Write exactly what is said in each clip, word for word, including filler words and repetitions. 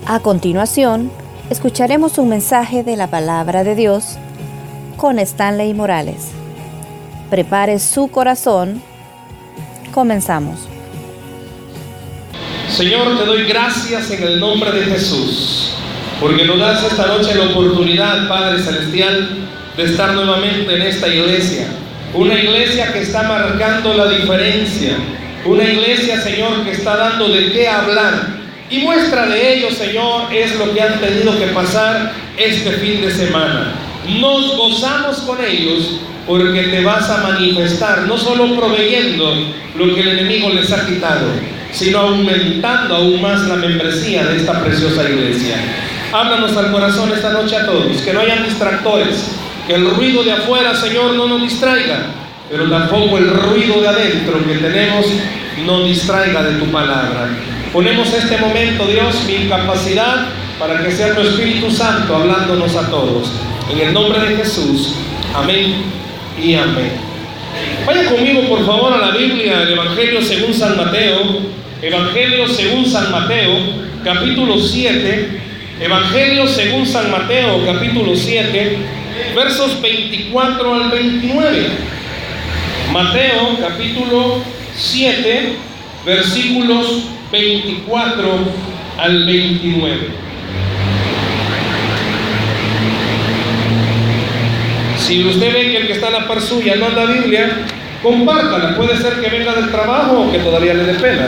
A continuación, escucharemos un mensaje de la Palabra de Dios con Stanley Morales. Prepare su corazón. Comenzamos. Señor, te doy gracias en el nombre de Jesús, porque nos das esta noche la oportunidad, Padre Celestial, de estar nuevamente en esta iglesia. Una iglesia que está marcando la diferencia. Una iglesia, Señor, que está dando de qué hablar. Y muestra de ello, Señor, es lo que han tenido que pasar este fin de semana. Nos gozamos con ellos porque te vas a manifestar, no solo proveyendo lo que el enemigo les ha quitado, sino aumentando aún más la membresía de esta preciosa iglesia. Háblanos al corazón esta noche a todos, que no hayan distractores, que el ruido de afuera, Señor, no nos distraiga, pero tampoco el ruido de adentro que tenemos nos distraiga de tu palabra. Ponemos este momento, Dios, mi incapacidad, para que sea tu Espíritu Santo hablándonos a todos. En el nombre de Jesús, amén y amén. Vaya conmigo, por favor, a la Biblia, el Evangelio según San Mateo. Evangelio según San Mateo, capítulo siete. Evangelio según San Mateo, capítulo siete, versos veinticuatro al veintinueve. Mateo, capítulo siete, versículos veinticuatro al veintinueve. Si usted ve que el que está en la par suya no anda Biblia, compártala. Puede ser que venga del trabajo o que todavía le dé pena.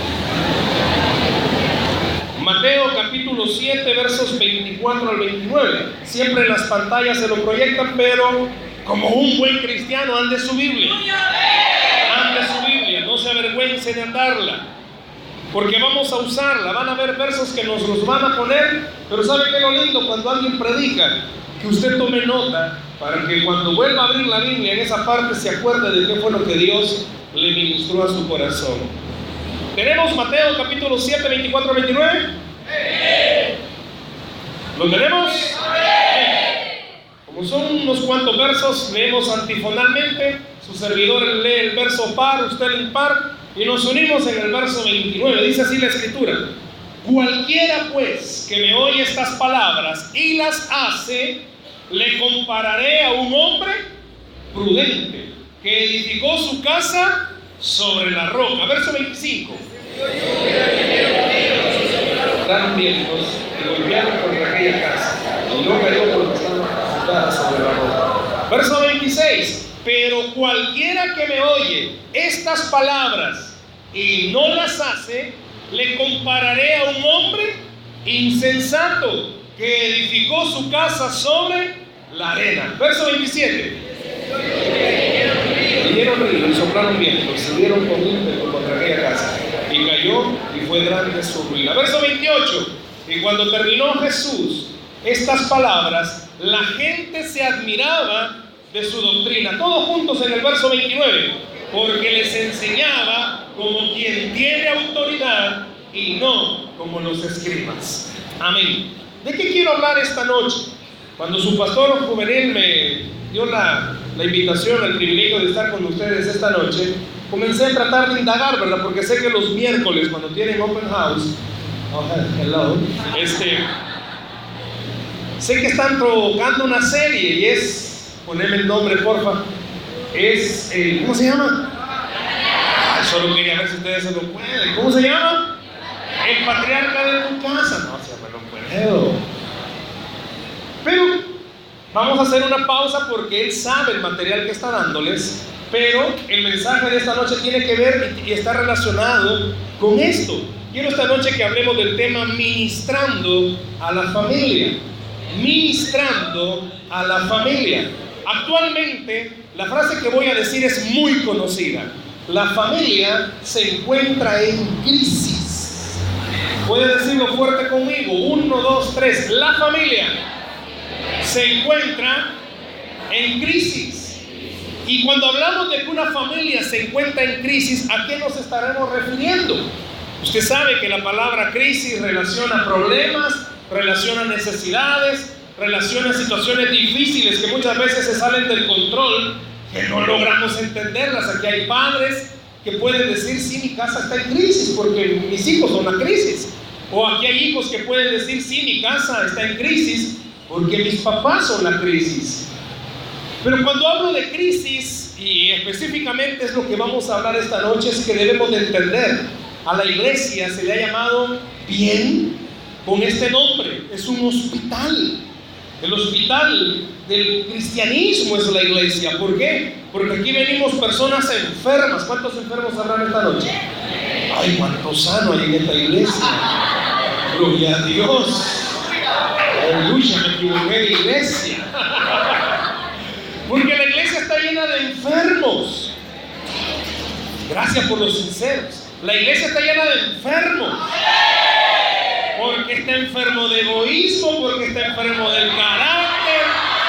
Mateo capítulo siete, versos veinticuatro al veintinueve. Siempre en las pantallas se lo proyectan, pero como un buen cristiano, ande su Biblia. Ande su Biblia, no se avergüence de andarla, porque vamos a usarla. Van a haber versos que nos los van a poner, pero ¿sabe qué es lo lindo? Cuando alguien predica, que usted tome nota, para que cuando vuelva a abrir la Biblia en esa parte se acuerde de qué fue lo que Dios le ministró a su corazón. ¿Tenemos Mateo capítulo siete, veinticuatro al veintinueve? ¿Lo tenemos? Como son unos cuantos versos, leemos antifonalmente. Su servidor lee el verso par, usted el impar, y nos unimos en el verso veintinueve. Dice así la Escritura: cualquiera pues que me oye estas palabras y las hace, le compararé a un hombre prudente que edificó su casa sobre la roca. Verso veinticinco. Daron vientos y golpearon contra aquella casa, y no cayó porque estaba fundada sobre la roca. Verso veintiséis. Pero cualquiera que me oye estas palabras y no las hace, le compararé a un hombre insensato que edificó su casa sobre la arena. Verso veintisiete. Vinieron ríos y soplaron vientos, subieron con ímpetu contra aquella casa, y cayó y fue grande su ruina. Verso veintiocho. Y cuando terminó Jesús estas palabras, la gente se admiraba de su doctrina. Todos juntos en el verso veintinueve. Porque les enseñaba como quien tiene autoridad y no como los escribas. Amén. ¿De qué quiero hablar esta noche? Cuando su pastor juvenil me dio la, la invitación, el privilegio de estar con ustedes esta noche, comencé a tratar de indagar, ¿verdad? Porque sé que los miércoles, cuando tienen open house, oh, hello, este, sé que están provocando una serie y es, poneme el nombre, porfa, es, eh, ¿cómo se llama? Ah, solo quería ver si ustedes se lo pueden. ¿Cómo se llama? El patriarca de tu casa. No, se me lo puedo. Pero vamos a hacer una pausa porque él sabe el material que está dándoles, pero el mensaje de esta noche tiene que ver y está relacionado con esto. Quiero esta noche que hablemos del tema ministrando a la familia. Ministrando a la familia. Actualmente, la frase que voy a decir es muy conocida. La familia se encuentra en crisis. Puede decirlo fuerte conmigo. Uno, dos, tres. La familia se encuentra en crisis. Y cuando hablamos de que una familia se encuentra en crisis, ¿a qué nos estaremos refiriendo? Usted sabe que la palabra crisis relaciona problemas, relaciona necesidades, relaciona situaciones difíciles que muchas veces se salen del control, que no logramos entenderlas. Aquí hay padres que pueden decir: sí, mi casa está en crisis porque mis hijos son una crisis. O aquí hay hijos que pueden decir, sí, mi casa está en crisis porque mis papás son la crisis. Pero cuando hablo de crisis, y específicamente es lo que vamos a hablar esta noche, es que debemos de entender, a la iglesia se le ha llamado bien con este nombre, es un hospital. El hospital del cristianismo es la iglesia. ¿Por qué? Porque aquí venimos personas enfermas. ¿Cuántos enfermos habrán esta noche? Ay, cuánto sano hay en esta iglesia. Gloria a Dios. Aleluya, me equivoqué de iglesia. Porque la iglesia está llena de enfermos. Gracias por los sinceros. La iglesia está llena de enfermos. Porque está enfermo de egoísmo, porque está enfermo del carácter.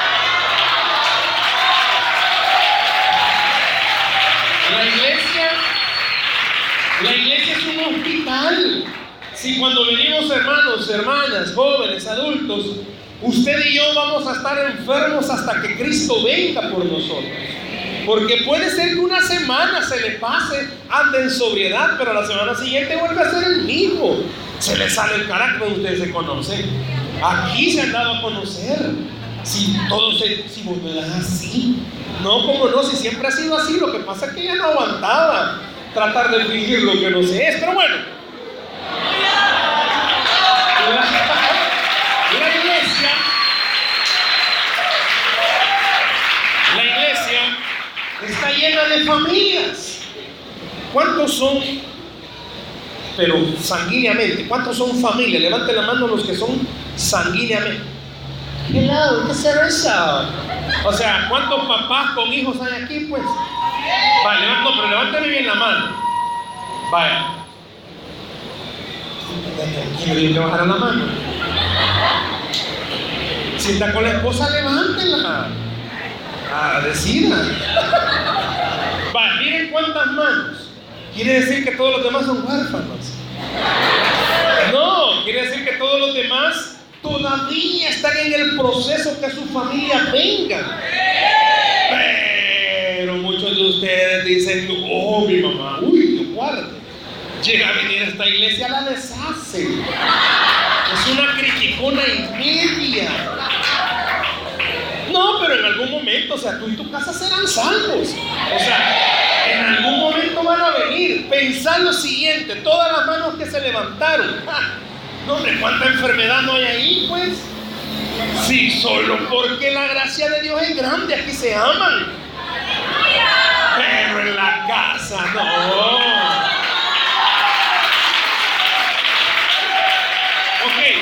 La iglesia, la iglesia es un hospital. Si cuando venimos hermanos, hermanas, jóvenes, adultos, usted y yo vamos a estar enfermos hasta que Cristo venga por nosotros. Porque puede ser que una semana se le pase, ande en sobriedad, pero la semana siguiente vuelve a ser el mismo. Se le sale el carácter, ustedes se conocen. Aquí se han dado a conocer. Si todo se, si vos me das así. No, como no, si siempre ha sido así. Lo que pasa es que ella no aguantaba tratar de fingir lo que no se es. Pero bueno, la, la iglesia, la iglesia está llena de familias. ¿Cuántos son? Pero sanguíneamente, ¿cuántos son familia? Levanten la mano los que son sanguíneamente. Hello, ¿qué será eso? O sea, ¿cuántos papás con hijos hay aquí, pues? Vale, no, pero levántame bien la mano. Vaya. ¿Quién me dijo que bajara la mano? Si está con la esposa, levántela. Ah, decida. Vale, miren cuántas manos. ¿Quiere decir que todos los demás son huérfanos? No, quiere decir que todos los demás todavía están en el proceso que su familia venga. Pero muchos de ustedes dicen, oh, mi mamá, uy, no guarde. Llega a venir a esta iglesia, la deshace. Es una criticona y media. No, pero en algún momento, o sea, tú y tu casa serán salvos. O sea, en algún momento van a venir. Pensad lo siguiente, todas las manos que se levantaron. ¡Ja! No, hombre, ¿cuánta enfermedad no hay ahí, pues? Sí, solo porque la gracia de Dios es grande, aquí se aman. Pero en la casa, no. Ok.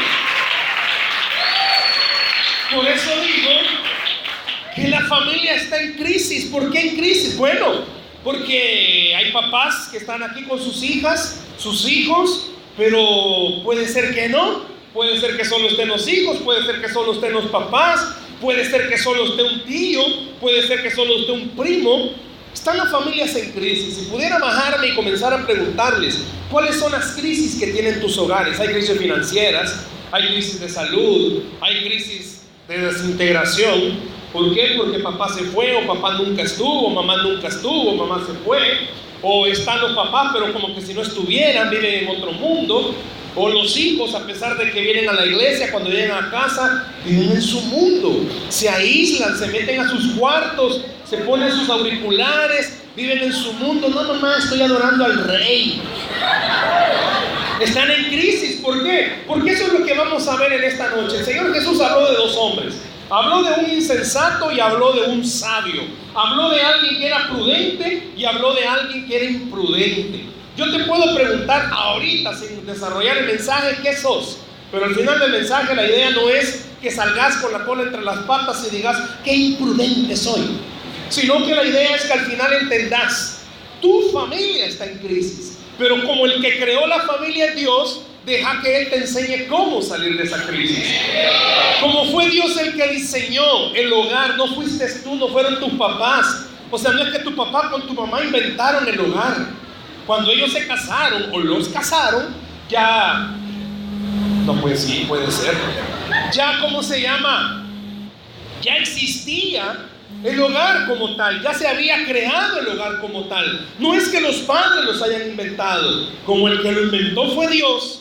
Por eso digo que la familia está en crisis. ¿Por qué en crisis? Bueno, porque hay papás que están aquí con sus hijas, sus hijos, pero puede ser que no, puede ser que solo estén los hijos, puede ser que solo estén los papás, puede ser que solo esté un tío, puede ser que solo esté un primo. Están las familias en crisis. Si pudiera bajarme y comenzar a preguntarles cuáles son las crisis que tienen tus hogares. Hay crisis financieras, hay crisis de salud, hay crisis de desintegración. ¿Por qué? Porque papá se fue, o papá nunca estuvo, mamá nunca estuvo, mamá se fue, o están los papás pero como que si no estuvieran, viven en otro mundo, o los hijos, a pesar de que vienen a la iglesia, cuando llegan a casa viven en su mundo, se aíslan, se meten a sus cuartos, se ponen sus auriculares, viven en su mundo. No, mamá, estoy adorando al rey. Están en crisis. ¿Por qué? Porque eso es lo que vamos a ver en esta noche. El Señor Jesús habló de dos hombres. Habló de un insensato y habló de un sabio. Habló de alguien que era prudente y habló de alguien que era imprudente. Yo te puedo preguntar ahorita, sin desarrollar el mensaje, ¿qué sos? Pero al final del mensaje la idea no es que salgas con la cola entre las patas y digas, qué imprudente soy. Sino que la idea es que al final entendás, tu familia está en crisis. Pero como el que creó la familia es Dios, deja que Él te enseñe cómo salir de esa crisis. Como fue Dios el que diseñó el hogar, no fuiste tú, no fueron tus papás. O sea, no es que tu papá con tu mamá inventaron el hogar. Cuando ellos se casaron o los casaron, ya, no, pues sí, puede ser, ya, ¿cómo se llama? Ya existía el hogar como tal, ya se había creado el hogar como tal. No es que los padres los hayan inventado, como el que lo inventó fue Dios.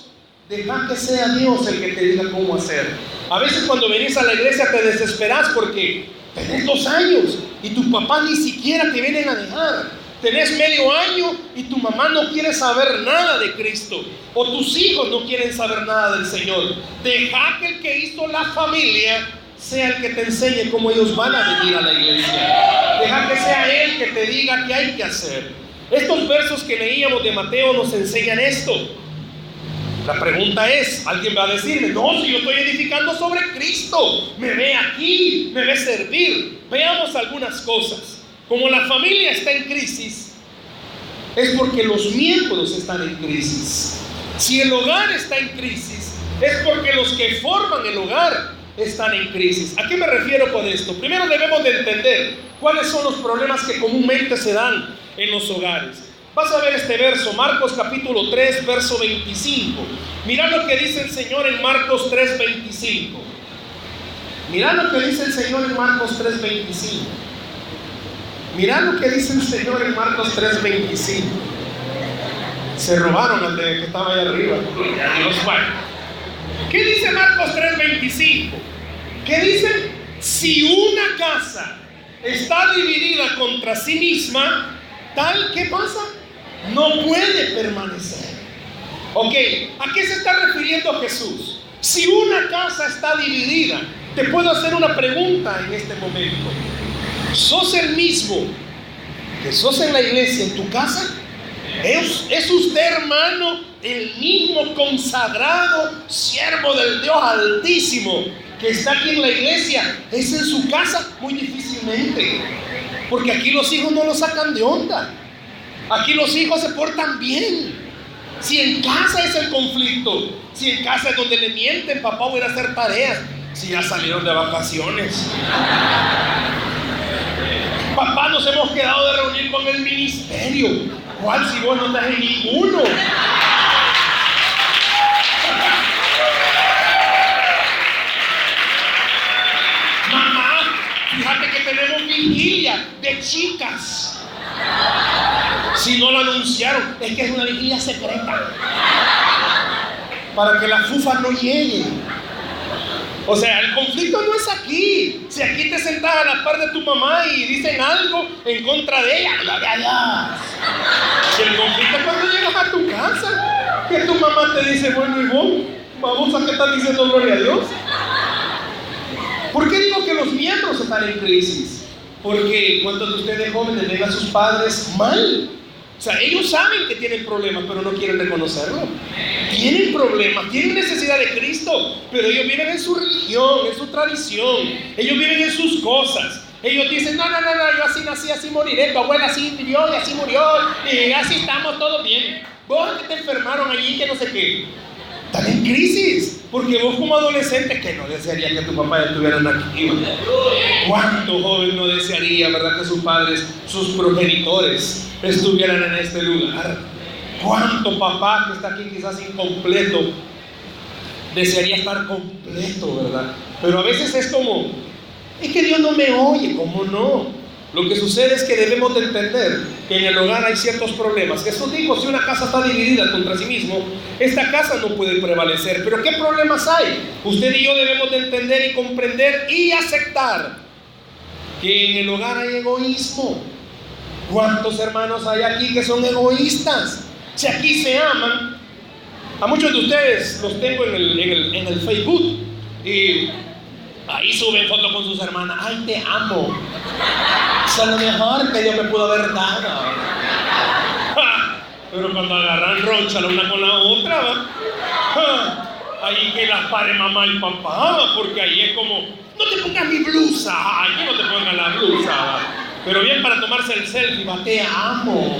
deja que sea Dios el que te diga cómo hacer. A veces cuando venís a la iglesia te desesperás porque tenés dos años y tus papás ni siquiera te vienen a dejar. Tenés medio año y tu mamá no quiere saber nada de Cristo, o tus hijos no quieren saber nada del Señor. Deja que el que hizo la familia sea el que te enseñe cómo ellos van a venir a la iglesia. Deja que sea Él que te diga qué hay que hacer. Estos versos que leíamos de Mateo nos enseñan esto. La pregunta es, alguien va a decirme, no, si yo estoy edificando sobre Cristo, me ve aquí, me ve servir. Veamos algunas cosas. Como la familia está en crisis, es porque los miembros están en crisis. Si el hogar está en crisis, es porque los que forman el hogar están en crisis. ¿A qué me refiero con esto? Primero debemos de entender cuáles son los problemas que comúnmente se dan en los hogares. Vas a ver este verso, Marcos capítulo tres, verso veinticinco. Mira lo que dice el Señor en Marcos tres, veinticinco. Mira lo que dice el Señor en Marcos tres, veinticinco. Mira lo que dice el Señor en Marcos tres, veinticinco. Se robaron al de que estaba ahí arriba. ¿Qué dice Marcos tres, veinticinco? ¿Qué dice? Si una casa está dividida contra sí misma, tal, ¿qué pasa? No puede permanecer. Ok, ¿a qué se está refiriendo Jesús? Si una casa está dividida, te puedo hacer una pregunta en este momento. ¿Sos el mismo que sos en la iglesia, en tu casa? ¿Es, es usted, hermano, el mismo consagrado siervo del Dios Altísimo que está aquí en la iglesia? ¿Es en su casa? Muy difícilmente, porque aquí los hijos no lo sacan de onda. Aquí los hijos se portan bien. Si en casa es el conflicto, si en casa es donde le mienten, papá, voy a ir a hacer tareas, si ya salieron de vacaciones. Papá, nos hemos quedado de reunir con el ministerio. ¿Cuál si vos no estás en ninguno? Mamá, fíjate que tenemos vigilia de chicas. Si no lo anunciaron, es que es una vigilia secreta para que las fufas no lleguen. O sea, el conflicto no es aquí. Si aquí te sentás a la par de tu mamá y dicen algo en contra de ella, gloria a Dios. Y el conflicto es cuando llegas a tu casa, que tu mamá te dice, bueno, y vos, vamos a qué estás diciendo gloria a Dios. ¿Por qué digo que los miembros están en crisis? Porque ¿cuántos de ustedes jóvenes ven a sus padres mal? O sea, ellos saben que tienen problemas, pero no quieren reconocerlo. Tienen problemas, tienen necesidad de Cristo, pero ellos viven en su religión, en su tradición. Ellos viven en sus cosas. Ellos dicen, no, no, no, no, yo así nací, así moriré. Tu abuela así vivió y así murió. Y así estamos todos bien. Vos que te enfermaron allí, que no sé qué. Están en crisis, porque vos como adolescente, que no desearía que tu papá estuvieran aquí. ¿Cuánto joven no desearía, verdad, que sus padres, sus progenitores estuvieran en este lugar? ¿Cuánto papá que está aquí quizás incompleto desearía estar completo, verdad? Pero a veces es como, es que Dios no me oye. ¿Cómo no? Lo que sucede es que debemos de entender que en el hogar hay ciertos problemas. Jesús dijo, si una casa está dividida contra sí mismo, esta casa no puede prevalecer. Pero ¿qué problemas hay? Usted y yo debemos de entender y comprender y aceptar que en el hogar hay egoísmo. ¿Cuántos hermanos hay aquí que son egoístas? Si aquí se aman, a muchos de ustedes los tengo en el, en el, en el Facebook y ahí suben fotos con sus hermanas. Ay, te amo. Eso es lo mejor que Dios me pudo haber dado. Ja, pero cuando agarran roncha la una con la otra, ¿va? Ja, ahí que las pare mamá y papá, porque ahí es como, no te pongas mi blusa. Ay, no te pongas la blusa, ¿va? Pero bien para tomarse el selfie, ¿va? Te amo.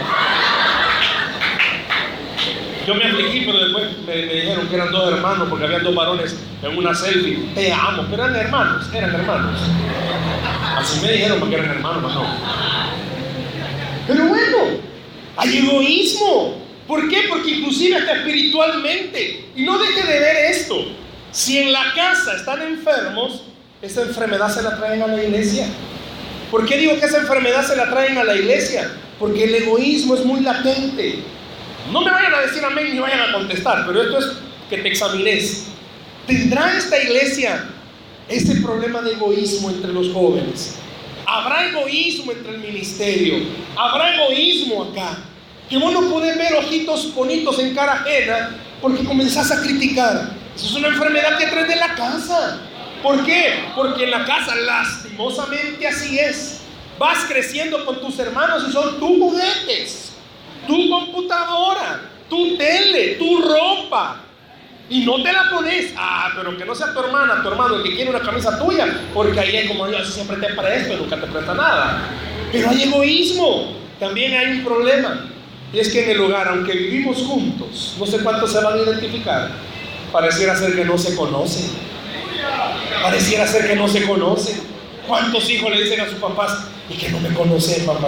Yo me afligí, pero después me, me dijeron que eran dos hermanos, porque habían dos varones en una selfie. Te amo, pero eran hermanos, eran hermanos. Así me dijeron porque eran hermanos, pero no. Pero bueno, hay egoísmo. ¿Por qué? Porque inclusive hasta espiritualmente. Y no deje de ver esto. Si en la casa están enfermos, esa enfermedad se la traen a la iglesia. ¿Por qué digo que esa enfermedad se la traen a la iglesia? Porque el egoísmo es muy latente. No me vayan a decir amén ni vayan a contestar, pero esto es que te examines. ¿Tendrá esta iglesia ese problema de egoísmo entre los jóvenes? ¿Habrá egoísmo entre el ministerio? ¿Habrá egoísmo acá? Que vos no podés ver ojitos bonitos en cara ajena porque comenzás a criticar. Eso es una enfermedad que traes de la casa. ¿Por qué? Porque en la casa, lastimosamente así es, vas creciendo con tus hermanos y son tus juguetes, tu computadora, tu tele, tu ropa, y no te la pones. Ah, pero que no sea tu hermana, tu hermano el que quiere una camisa tuya, porque ahí es como yo siempre te presto y nunca te presta nada. Pero hay egoísmo. También hay un problema, y es que en el hogar, aunque vivimos juntos, no sé cuántos se van a identificar, pareciera ser que no se conocen. Pareciera ser que no se conocen. ¿Cuántos hijos le dicen a sus papás: y que no me conoces, papá?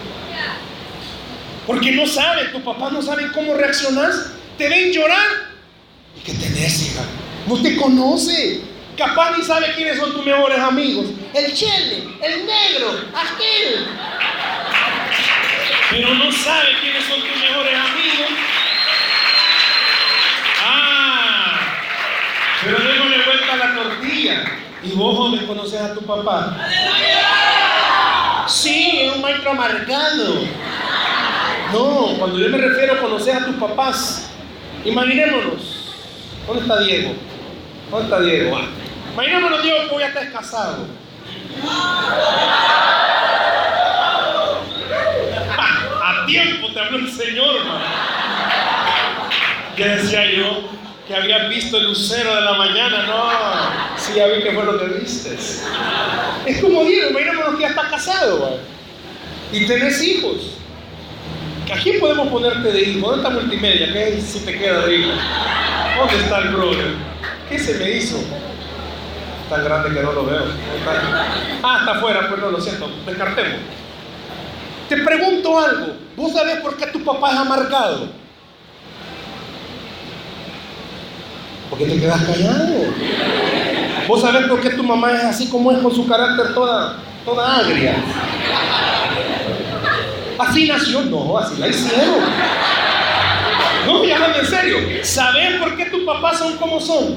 Porque no saben, tu papá no sabe cómo reaccionas. Te ven llorar. ¿Y qué tenés, hija? No te conoce. Capaz ni sabe quiénes son tus mejores amigos. El chele, el negro, aquel. Pero no sabe quiénes son tus mejores amigos. Ah, pero démosle vuelta a la tortilla. ¿Y vos, joven, conoces a tu papá? Sí, es un maestro amargado. No, cuando yo me refiero a conocer a tus papás, imaginémonos. ¿Dónde está Diego? ¿Dónde está Diego? Ah, imaginémonos, Diego, que voy a estar casado. Ah, a tiempo te habló el Señor, man. ¿Qué decía yo? Que había visto el lucero de la mañana. No, sí, ya vi que fue lo que viste. Es como Diego, imaginémonos que ya está casado, man, y tenés hijos. ¿A quién podemos ponerte de hijo? ¿Dónde está multimedia? ¿Qué si te queda de hijo? ¿Dónde está el brother? ¿Qué se me hizo? Tan grande que no lo veo. Ah, está afuera, pues no, lo siento, descartemos. Te pregunto algo. ¿Vos sabés por qué tu papá es amargado? ¿Por qué te quedas callado? ¿Vos sabés por qué tu mamá es así como es, con su carácter toda, toda agria? Así nació, no, así la hicieron. No, ya hablando en serio. ¿Sabes por qué tus papás son como son?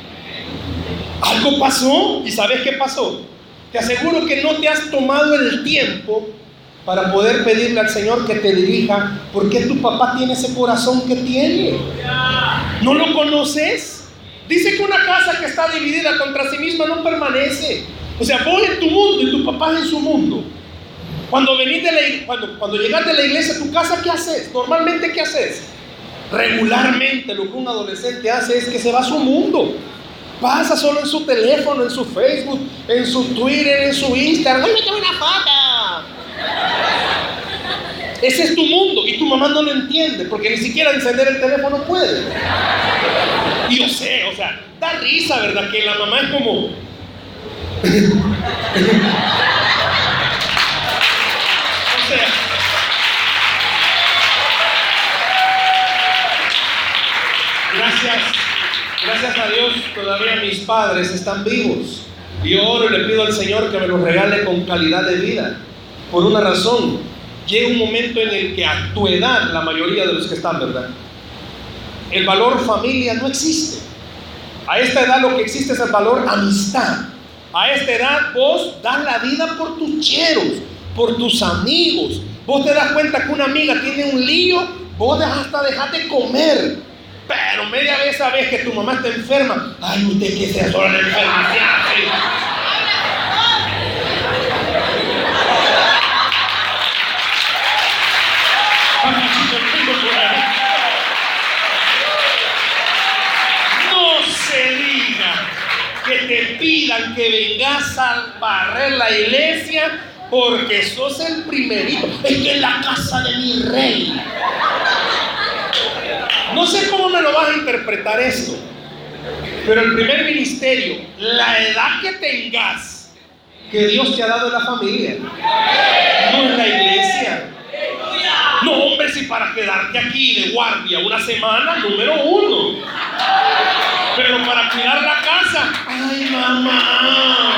Algo pasó. ¿Y sabes qué pasó? Te aseguro que no te has tomado el tiempo para poder pedirle al Señor que te dirija. ¿Por qué tu papá tiene ese corazón que tiene? ¿No lo conoces? Dice que una casa que está dividida contra sí misma no permanece. O sea, vos en tu mundo y tu papá en su mundo. Cuando venís de la, cuando, cuando llegas de la iglesia a tu casa, ¿qué haces? Normalmente, ¿qué haces? Regularmente lo que un adolescente hace es que se va a su mundo. Pasa solo en su teléfono, en su Facebook, en su Twitter, en su Instagram. ¡Ay, me tengo una foto! Ese es tu mundo y tu mamá no lo entiende porque ni siquiera encender el teléfono puede. Y yo sé, o sea, da risa, ¿verdad? Que la mamá es como... Gracias, gracias a Dios todavía mis padres están vivos. Y yo oro y le pido al Señor que me los regale con calidad de vida. Por una razón, llega un momento en el que a tu edad, la mayoría de los que están, ¿verdad?, el valor familia no existe. A esta edad lo que existe es el valor amistad. A esta edad vos das la vida por tus cheros, por tus amigos. Vos te das cuenta que una amiga tiene un lío, vos hasta dejas de comer. Pero media vez sabes que tu mamá está enferma. Ay, usted que sea sola la enferma. No se diga que te pidan que vengas a barrer la iglesia porque sos el primerito. Es que es la casa de mi rey. No sé cómo me lo vas a interpretar esto, pero el primer ministerio, la edad que tengas, que Dios te ha dado en la familia, no en la iglesia. No, hombre, si para quedarte aquí de guardia una semana, número uno. Pero para cuidar la casa, ay, mamá.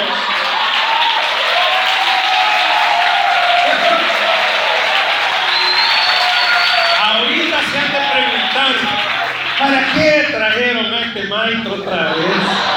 Ahorita se han de preguntar, ¿para qué trajeron maestro otra vez.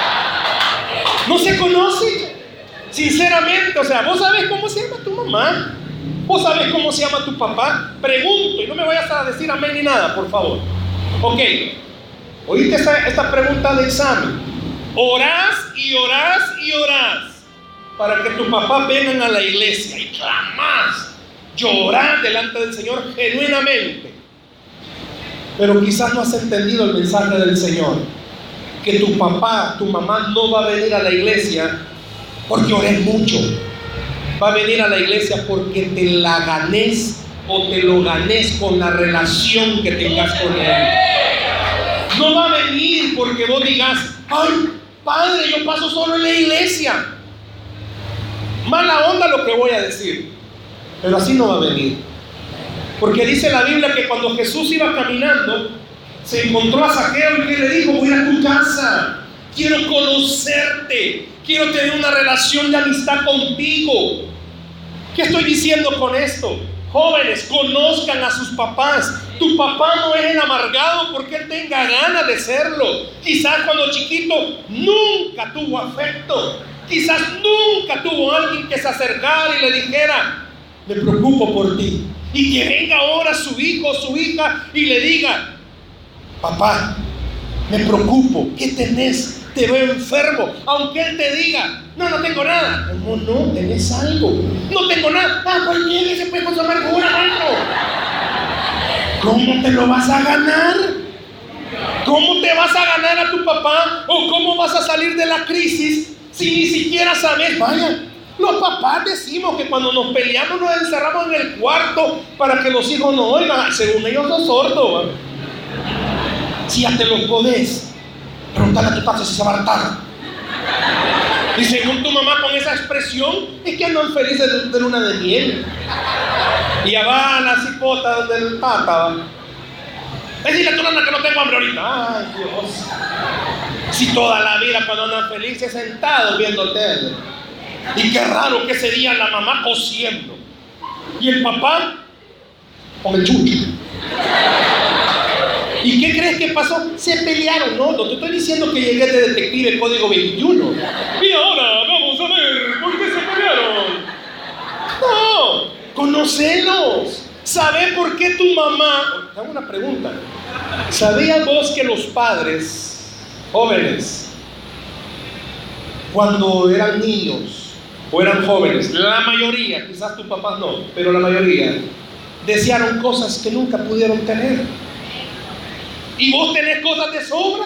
No se conoce. Sinceramente, o sea, ¿vos sabés cómo se llama tu mamá? ¿Vos sabés cómo se llama tu papá? Pregunto, y no me vayas a decir amén ni nada, por favor. Ok, oíste esta, esta pregunta de examen. Orás y orás y orás para que tus papás vengan a la iglesia y clamás, llorás delante del Señor genuinamente. Pero quizás no has entendido el mensaje del Señor, que tu papá, tu mamá no va a venir a la iglesia porque ores mucho. Va a venir a la iglesia porque te la ganes o te lo ganes con la relación que tengas con Él. No va a venir porque vos digas, ay, padre, yo paso solo en la iglesia. Mala onda lo que voy a decir, pero así no va a venir. Porque dice la Biblia que cuando Jesús iba caminando, se encontró a Zaqueo y que le dijo, voy a ir a tu casa, quiero conocerte, quiero tener una relación de amistad contigo. ¿Qué estoy diciendo con esto? Jóvenes, conozcan a sus papás. Tu papá no es el amargado porque él tenga ganas de serlo. Quizás cuando chiquito nunca tuvo afecto. Quizás nunca tuvo alguien que se acercara y le dijera, me preocupo por ti. Y que venga ahora su hijo o su hija y le diga, papá, me preocupo, ¿qué tenés? Te veo enfermo. Aunque él te diga, no, no tengo nada. No, no, tenés algo. No tengo nada. Ah, cualquiera se puede con su amargura, maestro. ¿Cómo te lo vas a ganar? ¿Cómo te vas a ganar a tu papá? ¿O cómo vas a salir de la crisis si ni siquiera sabes? Vaya, los papás decimos que cuando nos peleamos nos encerramos en el cuarto para que los hijos no oigan. Según ellos son sordos. Si ya te lo podés, preguntarle a tu padre si se va a hartar. Y según tu mamá con esa expresión, es que andan felices de, de luna de miel. Y ya va a la cipota donde el tata va. Decirle a tu nana que no tengo hambre ahorita. Ay, Dios. Si toda la vida cuando andan felices sentados viendo tele. Y qué raro que sería la mamá cosiendo. Y el papá con el chucho. ¿Y qué crees que pasó? Se pelearon. No, no te estoy diciendo que llegué de detective código veintiuno. Y ahora vamos a ver por qué se pelearon. No, conocelos. ¿Sabés por qué tu mamá? Te hago una pregunta. ¿Sabías vos que los padres jóvenes, cuando eran niños o eran jóvenes, la mayoría, quizás tus papás no, pero la mayoría, desearon cosas que nunca pudieron tener? ¿Y vos tenés cosas de sobra?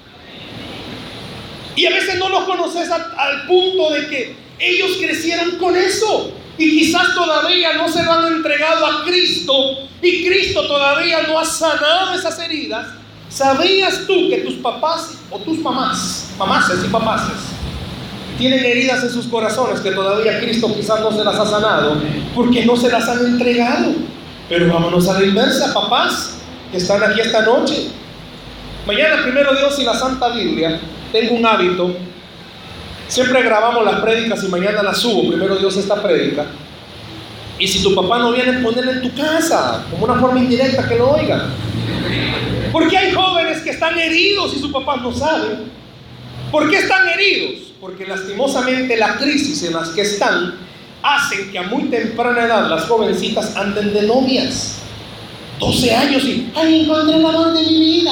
Y a veces no los conoces a, al punto de que ellos crecieron con eso. Y quizás todavía no se lo han entregado a Cristo. Y Cristo todavía no ha sanado esas heridas. ¿Sabías tú que tus papás o tus mamás, mamases y papases, tienen heridas en sus corazones que todavía Cristo quizás no se las ha sanado porque no se las han entregado? Pero vámonos a la inversa, papás que están aquí esta noche. Mañana, primero Dios y la Santa Biblia, tengo un hábito. Siempre grabamos las prédicas y mañana las subo. Primero Dios esta prédica. Y si tu papá no viene, ponela en tu casa, como una forma indirecta que lo oiga. Porque hay jóvenes que están heridos y sus papás no saben. ¿Por qué están heridos? Porque lastimosamente la crisis en las que están hacen que a muy temprana edad las jovencitas anden de novias. doce años y ¡ay, encontré el amor de mi vida!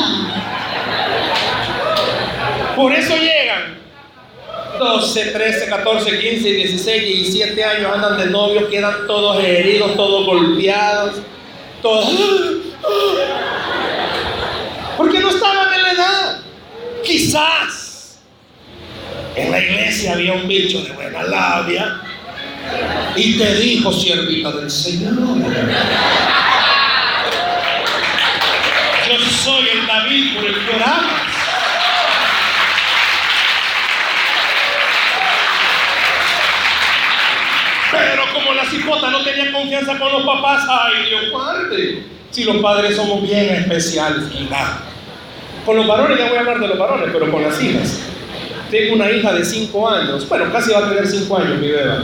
Por eso llegan doce, trece, catorce, quince, dieciséis, diecisiete años, andan de novios, quedan todos heridos, todos golpeados, todos... porque no estaban en la edad. Quizás en la iglesia había un bicho de buena labia y te dijo, siervita del Señor, yo soy el David por el que oramos. Pero como la cipota no tenía confianza con los papás, ay, Dios guarde. Si los padres somos bien especiales, quizá. Con los varones, ya voy a hablar de los varones, pero con las hijas. Tengo una hija de cinco años, bueno, casi va a tener cinco años mi beba.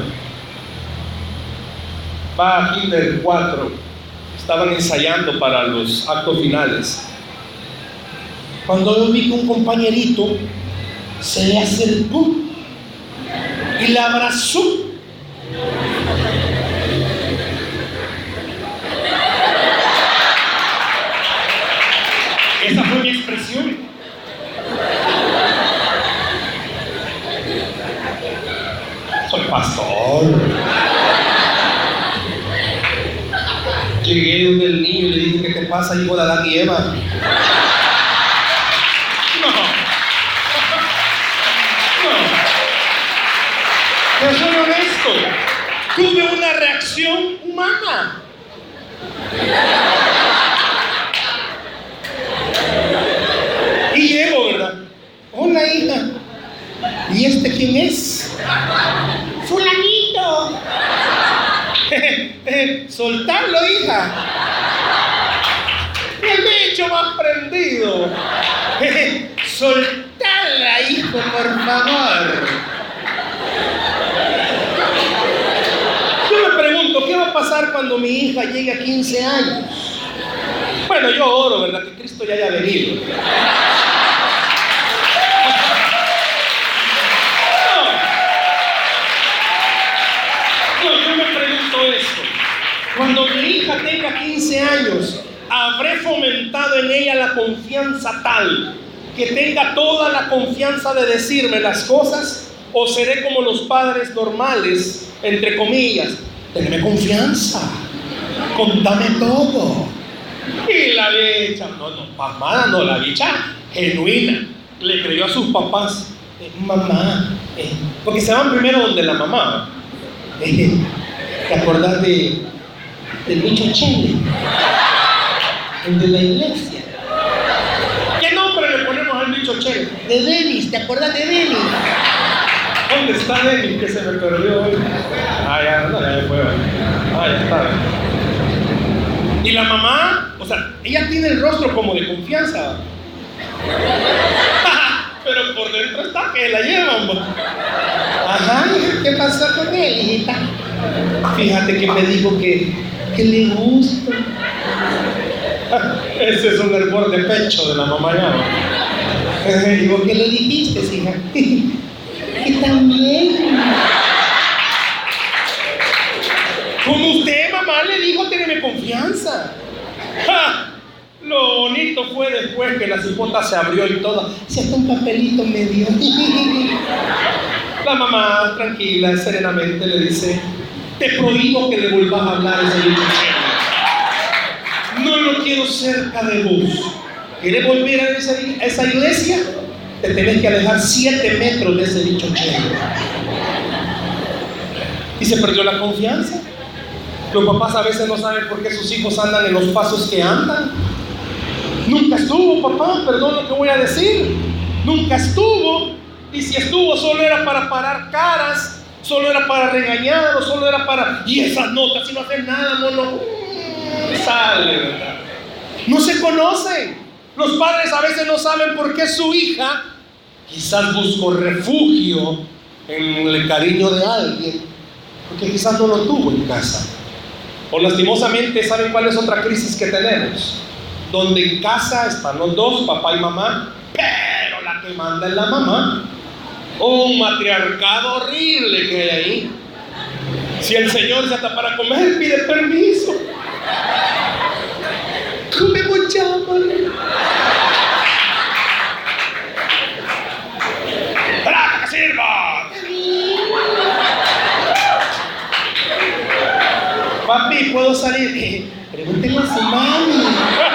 Va a kinder cuatro. Estaban ensayando para los actos finales. Cuando yo vi que un compañerito se le acercó y la abrazó. Esa fue mi expresión. Soy pastor. Llegué donde el niño y le dije: ¿qué te pasa, hijo de Adán y Eva? No. No. Yo soy honesto. Tuve una reacción humana. Y llego, ¿verdad? Hola, hija. ¿Y este quién es? Fulanito. Soltarlo, hija. El bicho más prendido. Soltarla, hijo, por favor. Yo me pregunto, ¿qué va a pasar cuando mi hija llegue a quince años? Bueno, yo oro, ¿verdad? Que Cristo ya haya venido. Cuando mi hija tenga quince años, habré fomentado en ella la confianza tal que tenga toda la confianza de decirme las cosas, o seré como los padres normales, entre comillas: tenme confianza, contame todo. Y la bicha, no, no, mamá, no, la bicha genuina, le creyó a sus papás: eh, mamá, eh, porque se van primero donde la mamá. Eh, ¿Te acordás de, del bicho Chele? El de la iglesia. ¿Qué nombre le ponemos al bicho Chele? De Denis, ¿te acordás de Denis? ¿Dónde está Denis que se me perdió hoy? Ah, ya, no, ya fue. Ah, ya está. Y la mamá, o sea, ella tiene el rostro como de confianza. Pero por dentro está que la llevan. Ajá, ¿qué pasó con él, hijita? Fíjate que me dijo que, que le gusta. Ese es un hervor de pecho de la mamá ya. Digo, ¿qué le dijiste, hija? Y también. Como usted, mamá, le dijo, teneme confianza. ¡Ja! Lo bonito fue después que la cipota se abrió y todo. Si hasta un papelito me dio. La mamá, tranquila, serenamente le dice: te prohíbo que le vuelvas a hablar a ese bicho Chele. No lo quiero cerca de vos. ¿Quieres volver a esa, a esa iglesia? Te tenés que alejar siete metros de ese bicho Chele. Y se perdió la confianza. Los papás a veces no saben por qué sus hijos andan en los pasos que andan. Nunca estuvo, papá, perdón lo que voy a decir. Nunca estuvo. Y si estuvo, solo era para parar caras, solo era para regañar, o solo era para... Y esas notas, si no hacen nada, mono, sale, ¿verdad? No se conocen. Los padres a veces no saben por qué su hija quizás buscó refugio en el cariño de alguien, porque quizás no lo tuvo en casa. O lastimosamente, ¿saben cuál es otra crisis que tenemos? Donde en casa están los dos, papá y mamá, pero la que manda es la mamá. Un matriarcado horrible que hay ahí. Si el Señor se está para comer, pide permiso. Comemos llámale. ¡Para que sirva! Papi, ¿puedo salir? Pregúntenle a su mami.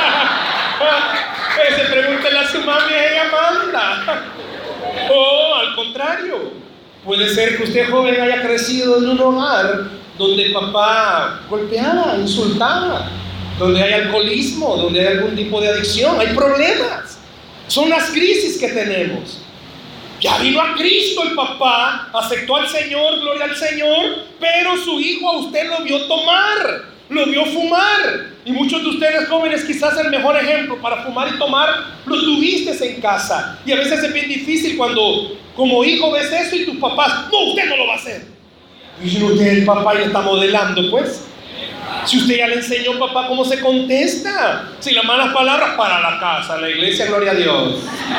Ese pregúntenle a su mami, ella manda. O al contrario, puede ser que usted, joven, haya crecido en un hogar donde el papá golpeaba, insultaba, donde hay alcoholismo, donde hay algún tipo de adicción, hay problemas. Son las crisis que tenemos. Ya vino a Cristo el papá, aceptó al Señor, gloria al Señor, pero su hijo a usted lo vio tomar, lo vio fumar. Y muchos de ustedes jóvenes, quizás el mejor ejemplo para fumar y tomar lo tuviste en casa. Y a veces es bien difícil cuando como hijo ves eso y tus papás: no, usted no lo va a hacer. Y si usted, el papá, y le está modelando, pues. Si usted ya le enseñó, papá, cómo se contesta. Si las malas palabras para la casa, la iglesia, gloria a Dios.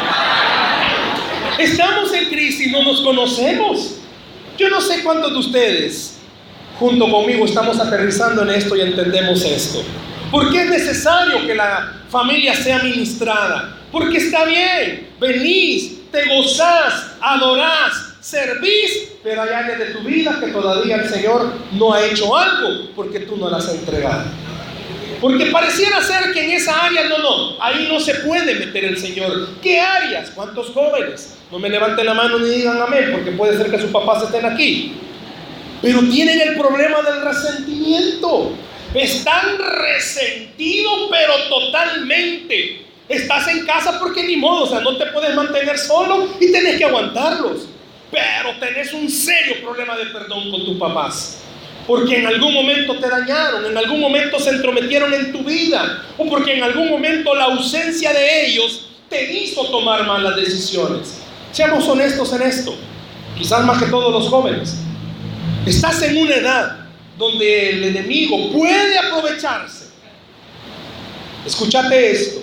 Estamos en crisis, no nos conocemos. Yo no sé cuántos de ustedes, junto conmigo, estamos aterrizando en esto y entendemos esto. ¿Por qué es necesario que la familia sea ministrada? Porque está bien, venís, te gozás, adorás, servís, pero hay áreas de tu vida que todavía el Señor no ha hecho algo porque tú no las has entregado. Porque pareciera ser que en esa área no, no, ahí no se puede meter el Señor. ¿Qué áreas? ¿Cuántos jóvenes? No me levanten la mano ni digan amén, porque puede ser que sus papás estén aquí. Pero tienen el problema del resentimiento. Están resentidos, pero totalmente. Estás en casa porque ni modo, o sea, no te puedes mantener solo y tenés que aguantarlos. Pero tenés un serio problema de perdón con tus papás. Porque en algún momento te dañaron, en algún momento se entrometieron en tu vida, o porque en algún momento la ausencia de ellos te hizo tomar malas decisiones. Seamos honestos en esto, quizás más que todos los jóvenes. Estás en una edad donde el enemigo puede aprovecharse. Escúchate esto.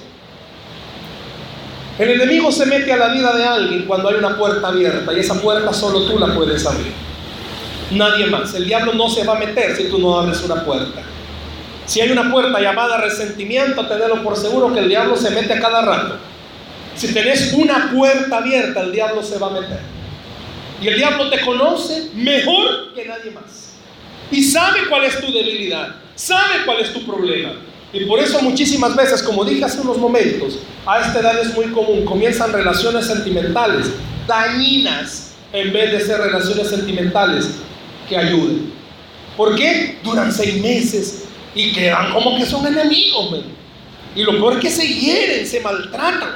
El enemigo se mete a la vida de alguien cuando hay una puerta abierta, y esa puerta solo tú la puedes abrir. Nadie más. El diablo no se va a meter si tú no abres una puerta. Si hay una puerta llamada resentimiento, tenelo por seguro que el diablo se mete a cada rato. Si tenés una puerta abierta, el diablo se va a meter. Y el diablo te conoce mejor que nadie más. Y sabe cuál es tu debilidad, sabe cuál es tu problema. Y por eso muchísimas veces, como dije hace unos momentos, a esta edad es muy común, comienzan relaciones sentimentales dañinas en vez de ser relaciones sentimentales que ayuden. ¿Por qué? Duran seis meses y quedan como que son enemigos, ¿ven? Y lo peor es que se hieren, se maltratan.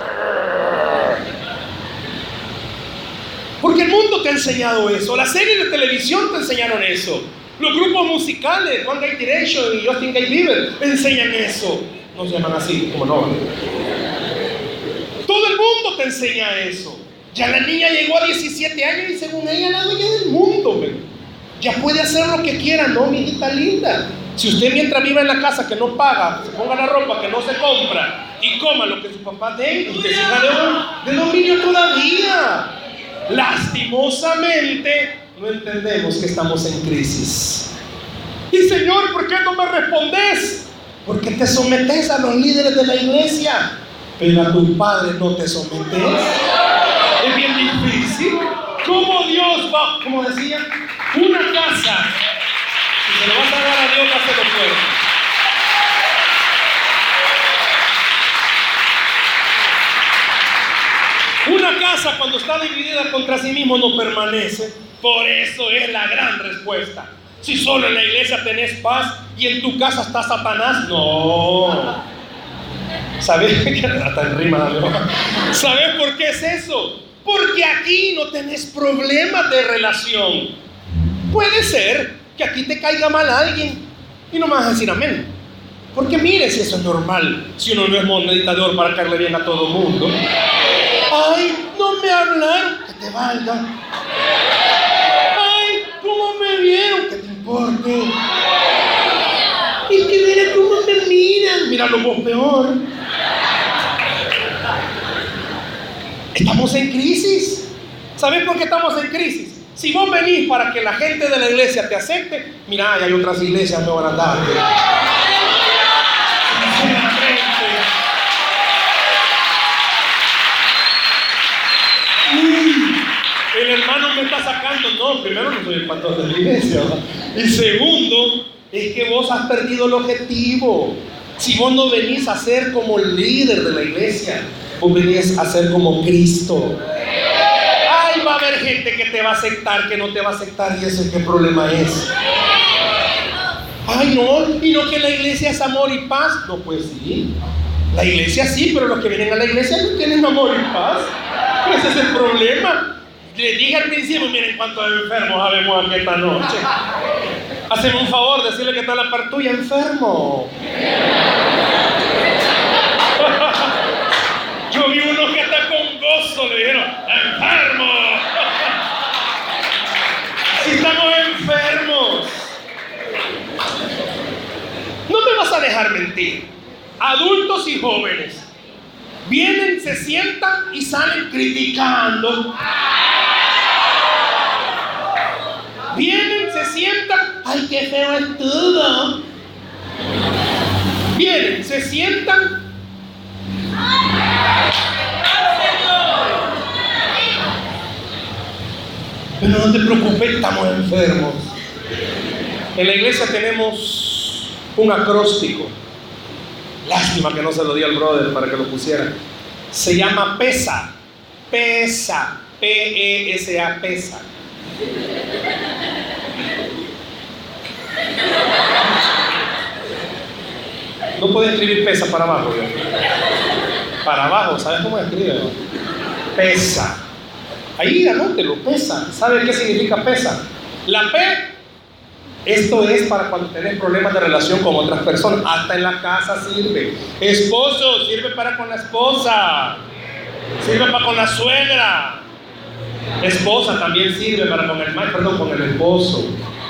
Porque el mundo te ha enseñado eso. Las series de televisión te enseñaron eso. Los grupos musicales, One Direction y Justin Bieber, enseñan eso. No se llaman así, como no. Todo el mundo te enseña eso. Ya la niña llegó a diecisiete años y según ella es la dueña del mundo, ¿ven? Ya puede hacer lo que quiera, ¿no, mi hijita linda? Si usted mientras vive en la casa que no paga, se ponga la ropa que no se compra y coma lo que su papá den, usted siga de, de dominio todavía. Lastimosamente no entendemos que estamos en crisis. Y Señor, ¿por qué no me respondes? Porque te sometes a los líderes de la iglesia, pero a tu padre no te sometes. Es bien difícil. ¿Cómo Dios va? Como decía, una casa, si se lo vas a dar a Dios, hazlo fuerte. Una casa cuando está dividida contra sí mismo no permanece. Por eso es la gran respuesta. Si solo en la iglesia tenés paz y en tu casa está Satanás, no. ¿Sabes? Hasta en rima, ¿no? ¿Sabes por qué es eso? Porque aquí no tenés problemas de relación. Puede ser que aquí te caiga mal a alguien y no me vas a decir amén. Porque mire si eso es normal, si uno no es meditador para caerle bien a todo el mundo. Ay, no me hablaron, que te valga. Ay, ¿cómo me vieron? Que te importe. Y que mira cómo me miran, míralo vos peor. Estamos en crisis. ¿Sabes por qué estamos en crisis? Si vos venís para que la gente de la iglesia te acepte, mira, hay otras iglesias mejor andarte. El hermano me está sacando. No, primero no soy el pastor de la iglesia, ¿verdad? Y segundo, es que vos has perdido el objetivo. Si vos no venís a ser como el líder de la iglesia, vos venís a ser como Cristo. Ay, va a haber gente que te va a aceptar, que no te va a aceptar, y ese qué problema es. Ay, no, y no que la iglesia es amor y paz. No, pues sí, la iglesia sí, pero los que vienen a la iglesia no tienen amor y paz. Ese es el problema. Le dije al principio, miren cuántos enfermos habemos aquí esta noche. Haceme un favor, decirle que está la par tuya, enfermo. Yo vi uno que está con gozo, le dijeron, enfermo. Si estamos enfermos. a dejar mentir. Adultos y jóvenes vienen, se sientan y salen criticando. Vienen, se sientan, ay, qué feo es todo. Vienen, se sientan. Pero no te preocupes, estamos enfermos. En la iglesia tenemos un acróstico. Lástima que no se lo di al brother para que lo pusiera. Se llama PESA. PESA. P E S A, PESA. No puede escribir PESA para abajo, ¿no? Para abajo, ¿sabes cómo escribe? PESA. Ahí anótelo, PESA. ¿Sabe qué significa PESA? La P, esto es para cuando tenés problemas de relación con otras personas. Hasta en la casa sirve. Esposo, sirve para con la esposa. Sirve para con la suegra. Esposa también sirve para con el marido, perdón, con el esposo.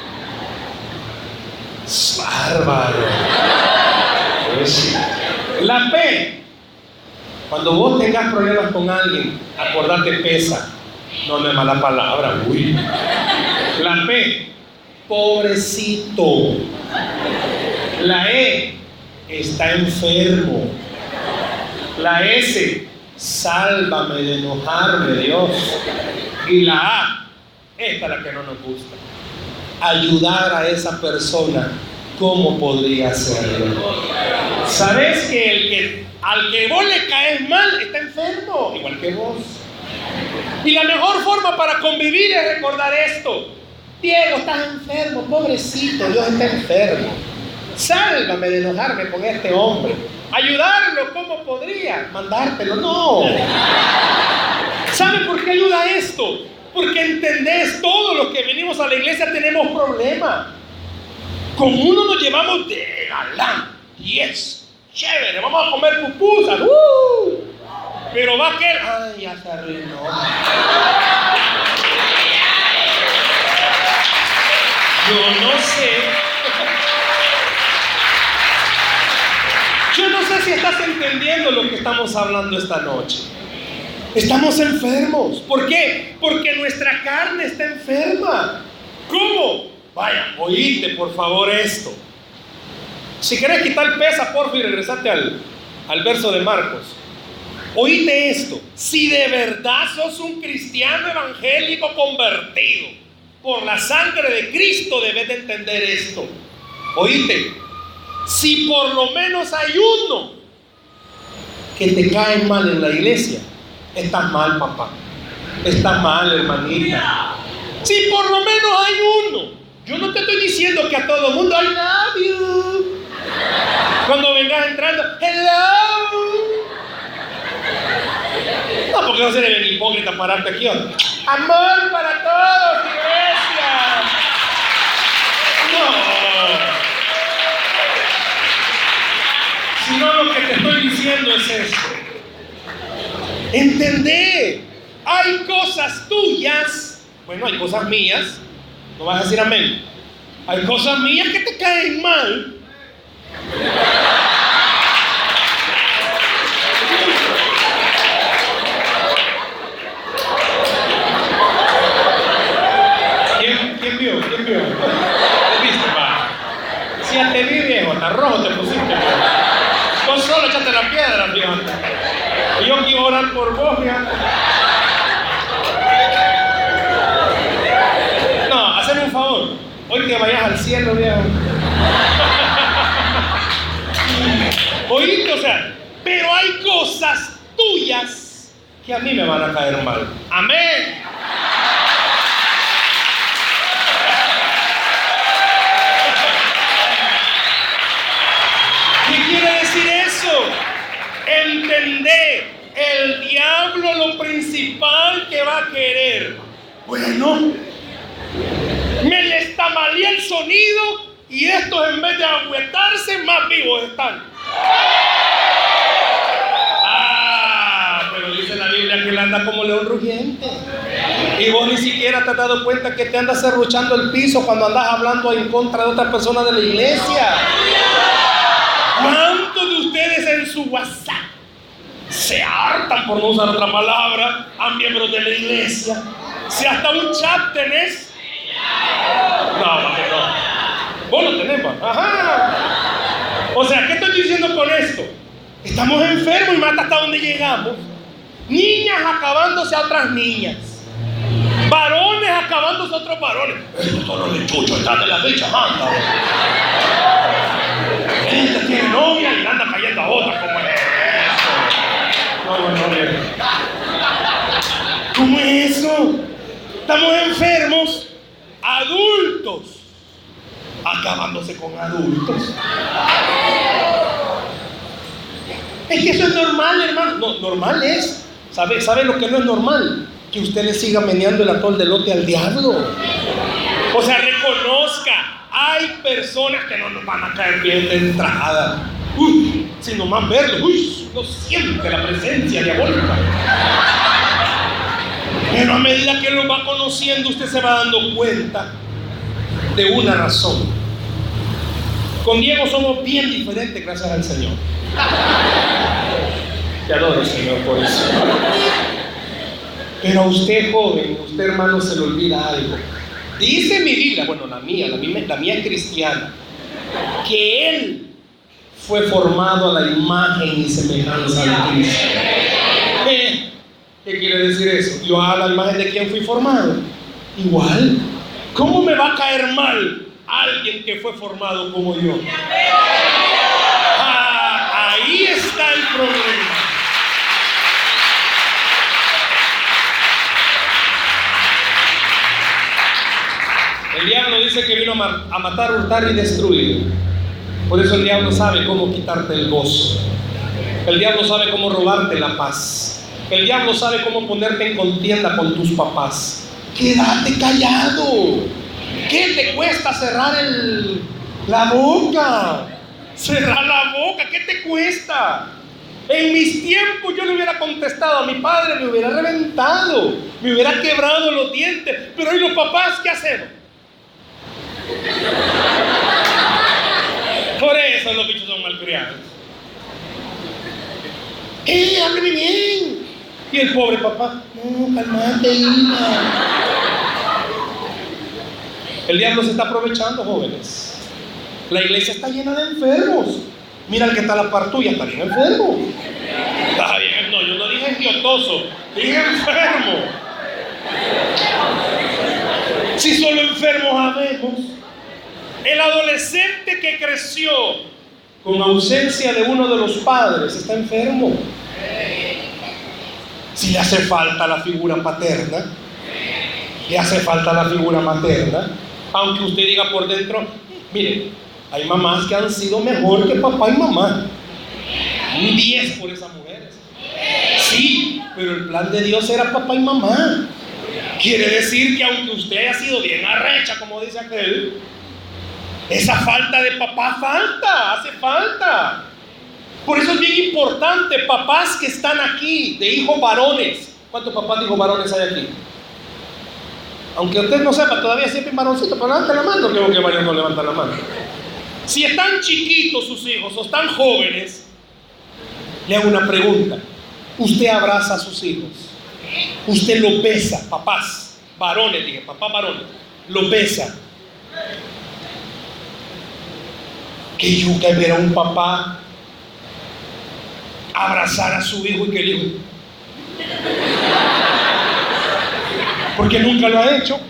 Bárbaro. Pues, la P, cuando vos tengas problemas con alguien, acordate, PESA. No, no es mala palabra, uy. La P, pobrecito. La E, está enfermo. La S, sálvame de enojarme, Dios. Y la A, esta es la que no nos gusta. Ayudar a esa persona, ¿cómo podría hacerlo? ¿Sabes que el que al que vos le caes mal está enfermo? Igual que vos. Y la mejor forma para convivir es recordar esto. Diego, estás enfermo, pobrecito, Dios está enfermo. Sálvame de enojarme con este hombre. Ayudarlo, ¿cómo podría? Mandártelo, no. ¿Sabe por qué ayuda esto? Porque entendés, todos los que venimos a la iglesia tenemos problemas. Con uno nos llevamos de galán, yes, chévere, vamos a comer pupusas, uh, pero va a que, ay, ya se arruinó. Yo no sé, yo no sé si estás entendiendo lo que estamos hablando esta noche. Estamos enfermos. ¿Por qué? Porque nuestra carne está enferma. ¿Cómo? Vaya, oíste por favor esto. Si querés quitar pesa, porfa, y regresate al, al verso de Marcos. Oíste esto. Si de verdad sos un cristiano evangélico convertido por la sangre de Cristo, debes de entender esto. Oíste. Si por lo menos hay uno que te cae mal en la iglesia, estás mal, papá. Estás mal, hermanita. Si por lo menos hay uno. Yo no te estoy diciendo que a todo el mundo I love you. Cuando vengas entrando, hello. No, porque no se debe ser hipócrita pararte aquí. Amor para todos, iglesia. No. Sino lo que te estoy diciendo es esto. Entendé. Hay cosas tuyas. Bueno, hay cosas mías. No vas a decir amén. Hay cosas mías que te caen mal. ¿Quién, quién vio? ¿Quién vio? ¿Viste, va? Si ya te vi, viejo, hasta rojo te pusiste. Vos solo echaste la piedra, viejo. Y yo quiero orar por vos, viejo. Hazme un favor, hoy que vayas al cielo, viejo. Oíste, o sea, pero hay cosas tuyas que a mí me van a caer mal. Amén. ¿Qué quiere decir eso? Entender, el diablo lo principal que va a querer. Bueno, me les tamalea el sonido y estos en vez de agüetarse más vivos están. Ah, pero dice la Biblia que él anda como león rugiente. Y vos ni siquiera te has dado cuenta que te andas serruchando el piso cuando andas hablando en contra de otras personas de la iglesia. WhatsApp. Se hartan, por no usar otra palabra, a miembros de la iglesia. Si hasta un chat tenés. No, no, no. Vos lo tenés, pa. Ajá. O sea, ¿qué estoy diciendo con esto? Estamos enfermos y mata hasta donde llegamos. Niñas acabándose a otras niñas. Varones acabándose a otros varones. Estos son los de Chucho, están de las bichas, anda. Esta tiene novia y anda cayendo a otra, como es. No, no, no, ¿cómo es eso? Estamos enfermos, adultos, acabándose con adultos. Es que eso es normal, hermano. No, normal es. ¿Sabe, ¿Sabe lo que no es normal? Que usted le siga meneando el atol de lote al diablo. O sea, reconozca, hay personas que no nos van a caer bien de entrada. Uy, si nomás verlo, uy, no siente la presencia diabólica. Pero a medida que lo va conociendo, usted se va dando cuenta de una razón. Con Diego somos bien diferentes, gracias al Señor. Te adoro, Señor, por eso. Pero a usted, joven, usted, hermano, se le olvida algo. Dice mi Biblia, bueno, la mía, la mía, la mía es cristiana, que Él fue formado a la imagen y semejanza de Cristo. ¿Qué? ¿Qué quiere decir eso? Yo a la imagen de quién fui formado. Igual. ¿Cómo me va a caer mal alguien que fue formado como yo? Ah, ahí está el problema. El diablo dice que vino a matar, hurtar y destruir. Por eso el diablo sabe cómo quitarte el gozo. El diablo sabe cómo robarte la paz. El diablo sabe cómo ponerte en contienda con tus papás. Quédate callado. ¿Qué te cuesta cerrar el, la boca? Cerrar la boca, ¿qué te cuesta? En mis tiempos yo le hubiera contestado a mi padre, me hubiera reventado, me hubiera quebrado los dientes. Pero ¿y los papás qué hacemos? Por eso los bichos son malcriados. ¡Eh, hábleme bien! Y el pobre papá, no, calmate, hija. El diablo se está aprovechando, jóvenes. La iglesia está llena de enfermos. Mira el que está a la par tuya, está bien enfermo. Está bien, no, yo no dije idiotoso, dije enfermo. Si solo enfermos habemos. El adolescente que creció con ausencia de uno de los padres está enfermo. Si le hace falta la figura paterna, le hace falta la figura materna, aunque usted diga por dentro, mire, hay mamás que han sido mejor que papá y mamá. Un diez por esas mujeres. Sí, pero el plan de Dios era papá y mamá. Quiere decir que aunque usted haya sido bien arrecha, como dice aquel, esa falta de papá falta, hace falta. Por eso es bien importante, papás que están aquí, de hijos varones. ¿Cuántos papás de hijos varones hay aquí? Aunque usted no sepa, todavía siempre hay varoncitos, pero levanta la mano, creo que varios no levantan la mano. Si están chiquitos sus hijos o están jóvenes, le hago una pregunta. Usted abraza a sus hijos, usted lo besa, papás, varones, dije, papás varones, lo besa. Que yo que ver a un papá abrazar a su hijo y que el hijo, porque nunca lo ha hecho.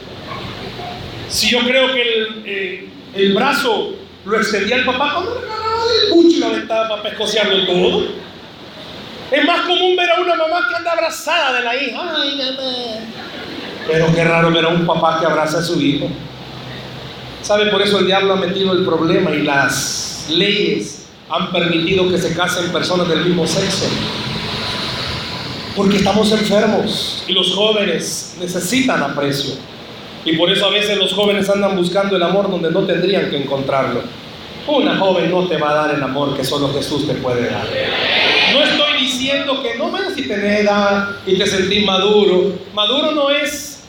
Si yo creo que el, eh, el brazo lo extendía el papá cuando le agarraba del bucho y lo aventaba para pescociarlo todo. Es más común ver a una mamá que anda abrazada de la hija. Ay, mamá. Pero qué raro ver a un papá que abraza a su hijo. ¿Sabe? Por eso el diablo ha metido el problema y las leyes han permitido que se casen personas del mismo sexo. Porque estamos enfermos y los jóvenes necesitan aprecio. Y por eso a veces los jóvenes andan buscando el amor donde no tendrían que encontrarlo. Una joven no te va a dar el amor que solo Jesús te puede dar. No estoy diciendo que no ves si tenés edad y te sentís maduro. Maduro no es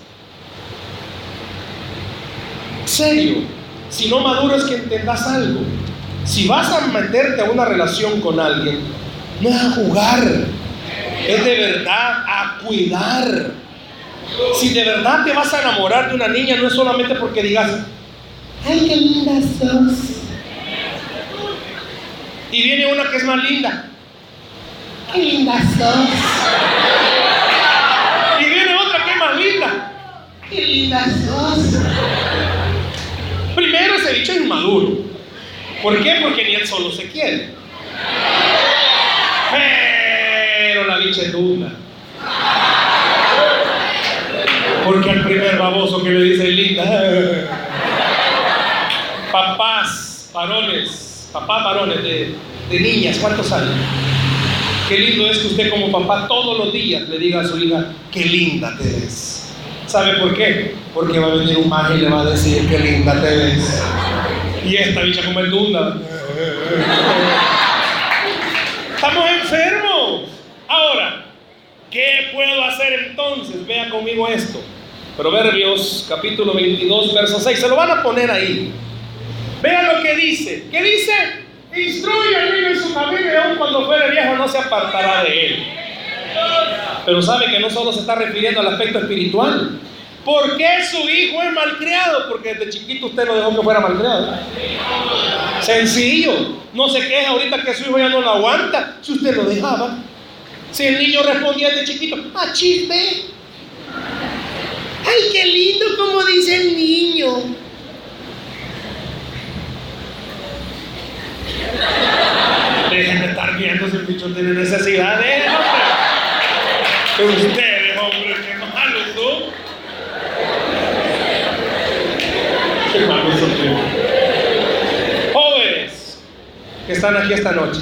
serio, sino maduro es que entendas algo. Si vas a meterte a una relación con alguien, no es a jugar, es de verdad a cuidar. Si de verdad te vas a enamorar de una niña, no es solamente porque digas, ay, qué linda sos. Y viene una que es más linda, qué linda sos. Y viene otra que es más linda, qué linda sos. Primero, ese bicho es inmaduro. ¿Por qué? Porque ni él solo se quiere. Pero la bicha es dura. Porque al primer baboso que le dice linda, papás, varones, papás varones de, de niñas, ¿cuántos años? Qué lindo es que usted como papá todos los días le diga a su hija, qué linda te ves. ¿Sabe por qué? Porque va a venir un mago y le va a decir, qué linda te ves. Y esta bicha como el dunda. Estamos enfermos. Ahora, ¿qué puedo hacer entonces? Vea conmigo esto. Proverbios capítulo veintidós, verso seis. Se lo van a poner ahí. Vean lo que dice. ¿Qué dice? Instruye al niño en su camino y aun cuando fuere viejo no se apartará de él. Pero sabe que no solo se está refiriendo al aspecto espiritual. ¿Por qué su hijo es malcriado? Porque desde chiquito usted lo dejó que fuera malcriado. Sencillo. No se queja ahorita que su hijo ya no lo aguanta. Si usted lo dejaba. Si el niño respondía desde chiquito, ¡ah, chisme! ¡Ay, qué lindo como dice el niño! Dejen de estar viendo si el bicho tiene necesidades. Ustedes, hombre, qué malos son. Qué malos son. Jóvenes que están aquí esta noche,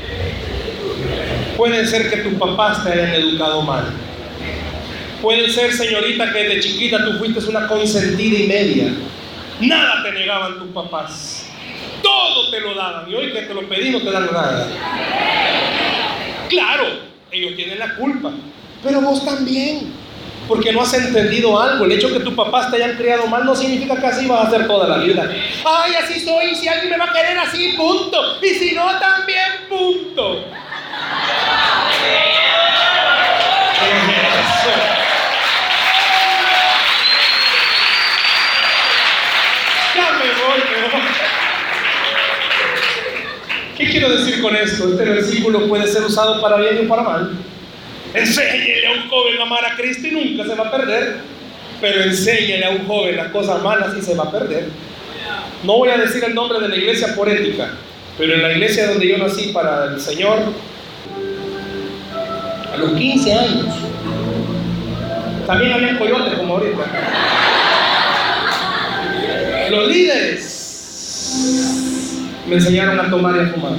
pueden ser que tus papás te hayan educado mal. Pueden ser, señorita, que desde chiquita tú fuiste una consentida y media. Nada te negaban tus papás. Todo te lo daban. Y hoy que te lo pedí no te dan nada. Claro, ellos tienen la culpa. Pero vos también. Porque no has entendido algo. El hecho de que tus papás te hayan criado mal no significa que así vas a ser toda la vida. Ay, así soy. Y si alguien me va a querer así, punto. Y si no, también, punto. Eso. Ya me voy, me voy. ¿Qué quiero decir con esto? Este versículo puede ser usado para bien o para mal. Enséñele a un joven a amar a Cristo y nunca se va a perder. Pero enséñele a un joven las cosas malas y se va a perder. No voy a decir el nombre de la iglesia por ética, pero en la iglesia donde yo nací para el Señor, a los quince años, también había coyotes como ahorita. Los líderes me enseñaron a tomar y a fumar.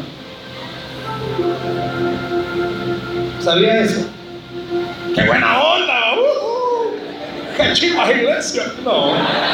¿Sabía eso? ¡Qué buena onda! ¡Uh! ¡Qué chivas iglesia! No,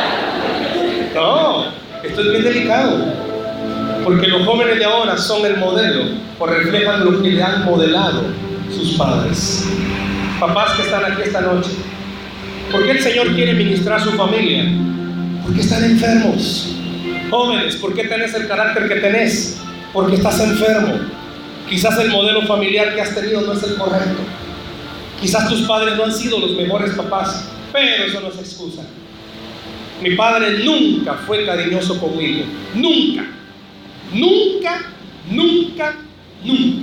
no, esto es bien delicado. Porque los jóvenes de ahora son el modelo, o reflejan lo que le han modelado sus padres. Papás que están aquí esta noche, ¿por qué el Señor quiere ministrar a su familia? Porque están enfermos. Jóvenes, ¿por qué tenés el carácter que tenés? Porque estás enfermo. Quizás el modelo familiar que has tenido no es el correcto. Quizás tus padres no han sido los mejores papás, pero eso no es excusa. Mi padre nunca fue cariñoso conmigo. Nunca. Nunca, nunca, nunca.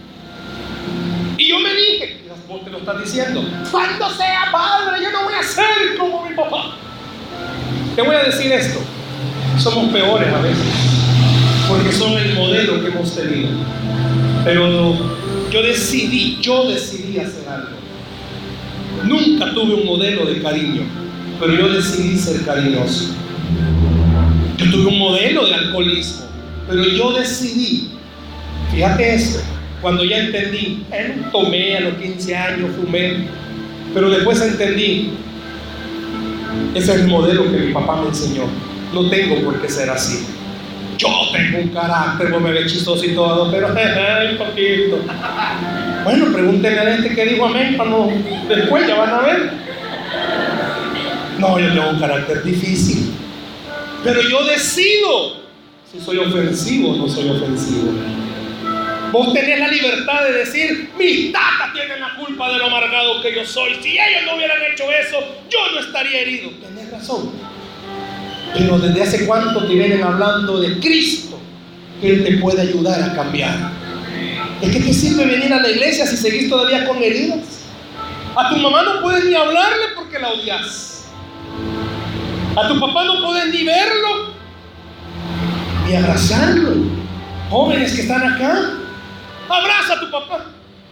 Y yo me dije, quizás vos te lo estás diciendo, cuando sea padre yo no voy a ser como mi papá. Te voy a decir esto, somos peores a veces, porque son el modelo que hemos tenido. Pero yo decidí, yo decidí hacer algo. Nunca tuve un modelo de cariño, pero yo decidí ser cariñoso. Yo tuve un modelo de alcoholismo, pero yo decidí, fíjate esto, cuando ya entendí, eh, tomé a los quince años, fumé, pero después entendí, ese es el modelo que mi papá me enseñó. No tengo por qué ser así. Yo tengo un carácter, vos me ves chistoso y todo, pero un poquito. Bueno, pregúntenle a este que dijo amén cuando después ya van a ver. No, yo tengo un carácter difícil, pero yo decido si soy ofensivo o no soy ofensivo. Vos tenés la libertad de decir, mis tatas tienen la culpa de lo amargado que yo soy. Si ellos no hubieran hecho eso, yo no estaría herido. Tenés razón. Pero ¿desde hace cuánto te vienen hablando de Cristo? Que Él te puede ayudar a cambiar. Es que ¿qué sirve venir a la iglesia si seguís todavía con heridas? A tu mamá no puedes ni hablarle porque la odias. A tu papá no puedes ni verlo ni abrazarlo. Jóvenes que están acá, abraza a tu papá.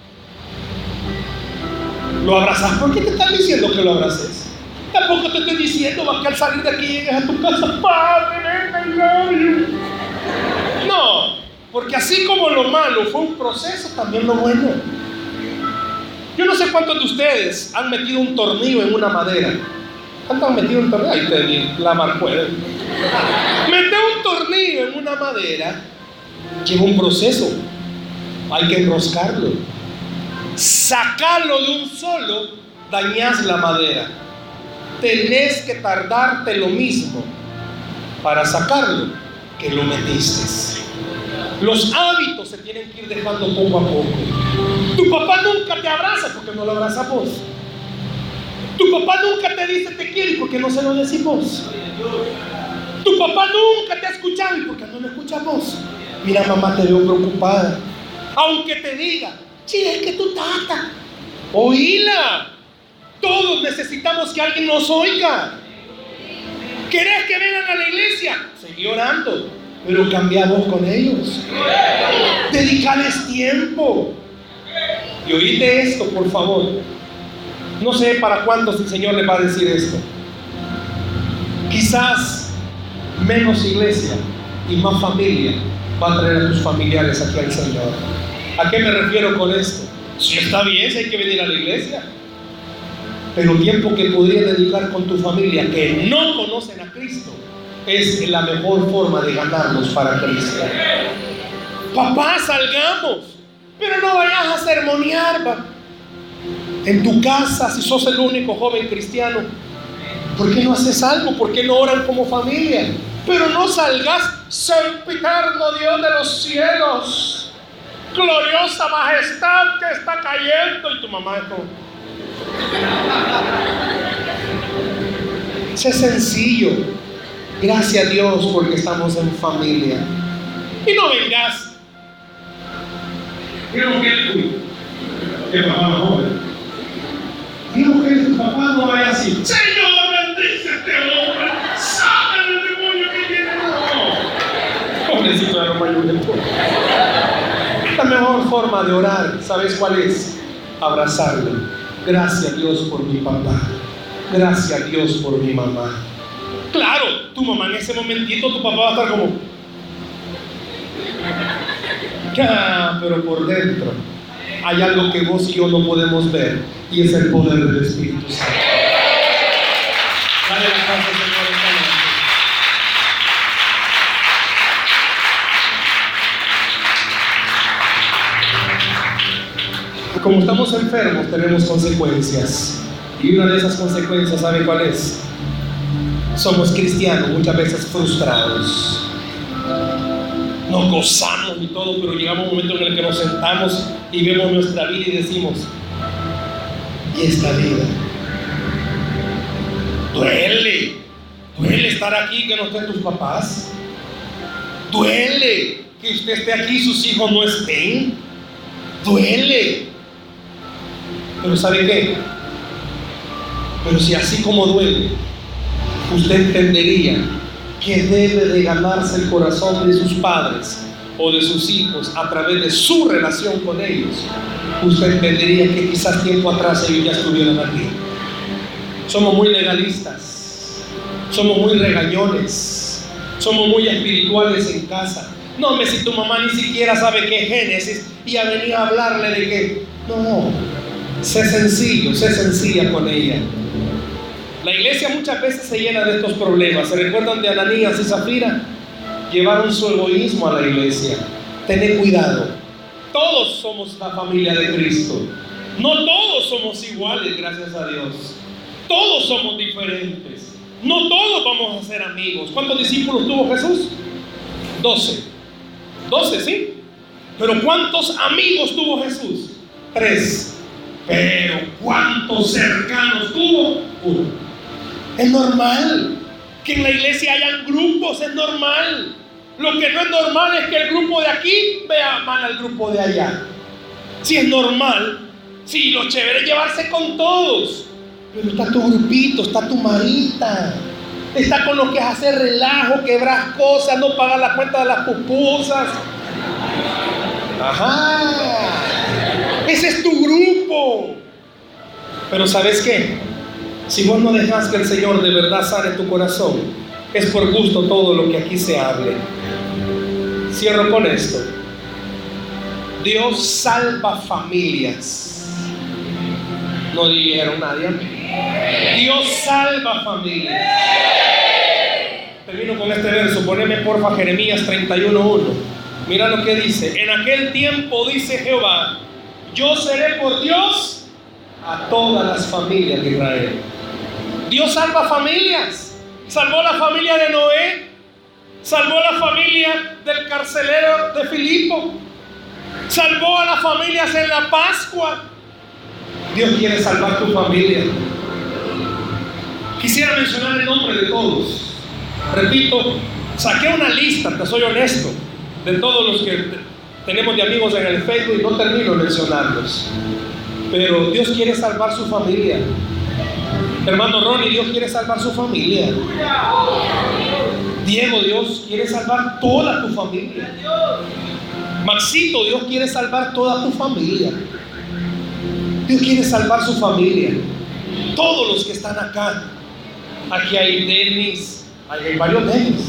¿Lo abrazas? ¿Por qué te están diciendo que lo abraces? Tampoco te estoy diciendo que al salir de aquí llegues a tu casa, padre, venga, I love you. No, porque así como lo malo fue un proceso, también lo bueno. Yo no sé cuántos de ustedes han metido un tornillo en una madera. ¿Cuántos han metido un tornillo? Ahí te la marcuera. Meter un tornillo en una madera lleva un proceso. Hay que enroscarlo. Sacarlo de un solo, dañas la madera. Tenés que tardarte lo mismo para sacarlo que lo metiste. Los hábitos se tienen que ir dejando poco a poco. Tu papá nunca te abraza porque no lo abrazas vos. Tu papá nunca te dice te quiero porque no se lo decís vos. Tu papá nunca te ha escuchado y porque no lo escuchas vos. Mira, mamá, te veo preocupada. Aunque te diga, sí, es que tu tata. Oíla. Todos necesitamos que alguien nos oiga. ¿Querés que vengan a la iglesia? Seguí orando, pero cambia vos con ellos. Dedicales tiempo. Y oíste esto, por favor. No sé para cuándo el Señor le va a decir esto. Quizás menos iglesia y más familia va a traer a tus familiares aquí al Señor. ¿A qué me refiero con esto? Si está bien, si hay que venir a la iglesia, pero el tiempo que podrías dedicar con tu familia que no conocen a Cristo es la mejor forma de ganarlos para Cristo. Papá, salgamos, pero no vayas a sermonear, va. En tu casa, si sos el único joven cristiano, ¿por qué no haces algo? ¿Por qué no oran como familia? Pero no salgas, sempiterno Dios de los cielos, gloriosa majestad que está cayendo, y tu mamá es como... Sé sencillo. Gracias a Dios porque estamos en familia. Y no vengas. Digo que el papá no joven. Digo que tu papá no vaya así. Señor, bendice a este hombre. Saca el demonio que tiene. No. Pobrecito de los mayores. La mejor forma de orar, ¿sabes cuál es? Abrazarlo. Gracias a Dios por mi papá. Gracias a Dios por mi mamá. Claro, tu mamá en ese momentito, tu papá va a estar como... Ah, pero por dentro hay algo que vos y yo no podemos ver, y es el poder del Espíritu Santo. Dale la gracia, Señor, esta noche. Como estamos enfermos, tenemos consecuencias. Y una de esas consecuencias, ¿sabe cuál es? Somos cristianos muchas veces frustrados. Nos gozamos y todo, pero llegamos a un momento en el que nos sentamos y vemos nuestra vida y decimos, ¿y esta vida? Duele. Duele estar aquí que no estén tus papás. Duele que usted esté aquí y sus hijos no estén. Duele. Pero ¿sabe qué? Pero si así como duele, usted entendería que debe de ganarse el corazón de sus padres o de sus hijos a través de su relación con ellos, usted entendería que quizás tiempo atrás ellos ya estuvieran aquí. Somos muy legalistas, somos muy regañones, somos muy espirituales en casa. No, me si tu mamá ni siquiera sabe qué es Génesis y ha venido a hablarle de que no, sé sencillo, sé sencilla con ella. La iglesia muchas veces se llena de estos problemas. ¿Se recuerdan de Ananías y Zafira? Llevaron su egoísmo a la iglesia. Tened cuidado. Todos somos la familia de Cristo. No todos somos iguales, gracias a Dios. Todos somos diferentes. No todos vamos a ser amigos. ¿Cuántos discípulos tuvo Jesús? Doce. Doce, ¿sí? Pero ¿cuántos amigos tuvo Jesús? Tres. Pero ¿cuántos cercanos tuvo? Uno. Es normal que en la iglesia hayan grupos, es normal. Lo que no es normal es que el grupo de aquí vea mal al grupo de allá. Si es normal, si lo chévere es llevarse con todos. Pero está tu grupito, está tu marita, está con los que hacer relajo, quebrar cosas, no pagar la cuenta de las pupusas. Ajá, ese es tu grupo. Pero ¿sabes qué? Si vos no dejas que el Señor de verdad sane tu corazón, es por gusto todo lo que aquí se hable. Cierro con esto. Dios salva familias. No dijeron nadie amén. Dios salva familias. Termino con este verso. Poneme porfa Jeremías treinta y uno uno. Mira lo que dice. En aquel tiempo dice Jehová, yo seré por Dios a todas las familias de Israel. Dios salva familias. Salvó la familia de Noé. Salvó la familia del carcelero de Filipo. Salvó a las familias en la Pascua. Dios quiere salvar tu familia. Quisiera mencionar el nombre de todos. Repito, saqué una lista, te soy honesto, de todos los que tenemos de amigos en el Facebook y no termino de mencionarlos. Pero Dios quiere salvar su familia. Hermano Ronnie, Dios quiere salvar su familia. Diego, Dios quiere salvar toda tu familia. Maxito, Dios quiere salvar toda tu familia. Dios quiere salvar su familia. Todos los que están acá. Aquí hay Denis, hay varios Denis.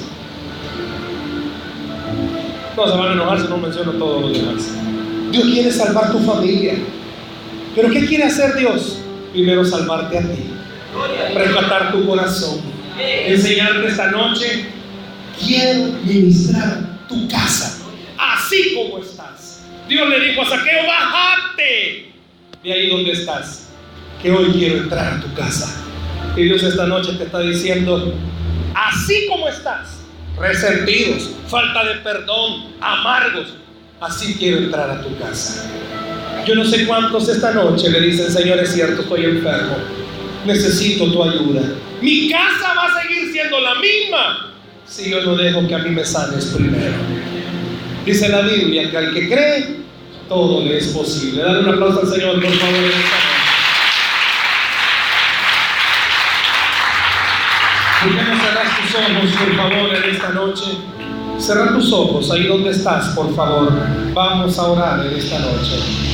No se van a enojar si no menciono todos los demás. Dios quiere salvar tu familia. ¿Pero qué quiere hacer Dios? Primero salvarte a ti, rescatar tu corazón, enseñarte esta noche. Quiero ministrar tu casa así como estás. Dios le dijo a Zaqueo, bájate de ahí donde estás, que hoy quiero entrar a tu casa. Y Dios esta noche te está diciendo, así como estás, resentidos, falta de perdón, amargos, así quiero entrar a tu casa. Yo no sé cuántos esta noche le dicen, Señor, es cierto, estoy enfermo, necesito tu ayuda. Mi casa va a seguir siendo la misma si yo no dejo que a mí me sanes primero. Dice la Biblia que al que cree, todo le es posible. Dale un aplauso al Señor, por favor. ¿Por qué no cerras tus ojos, por favor, en esta noche? Cerra tus ojos ahí donde estás, por favor. Vamos a orar en esta noche.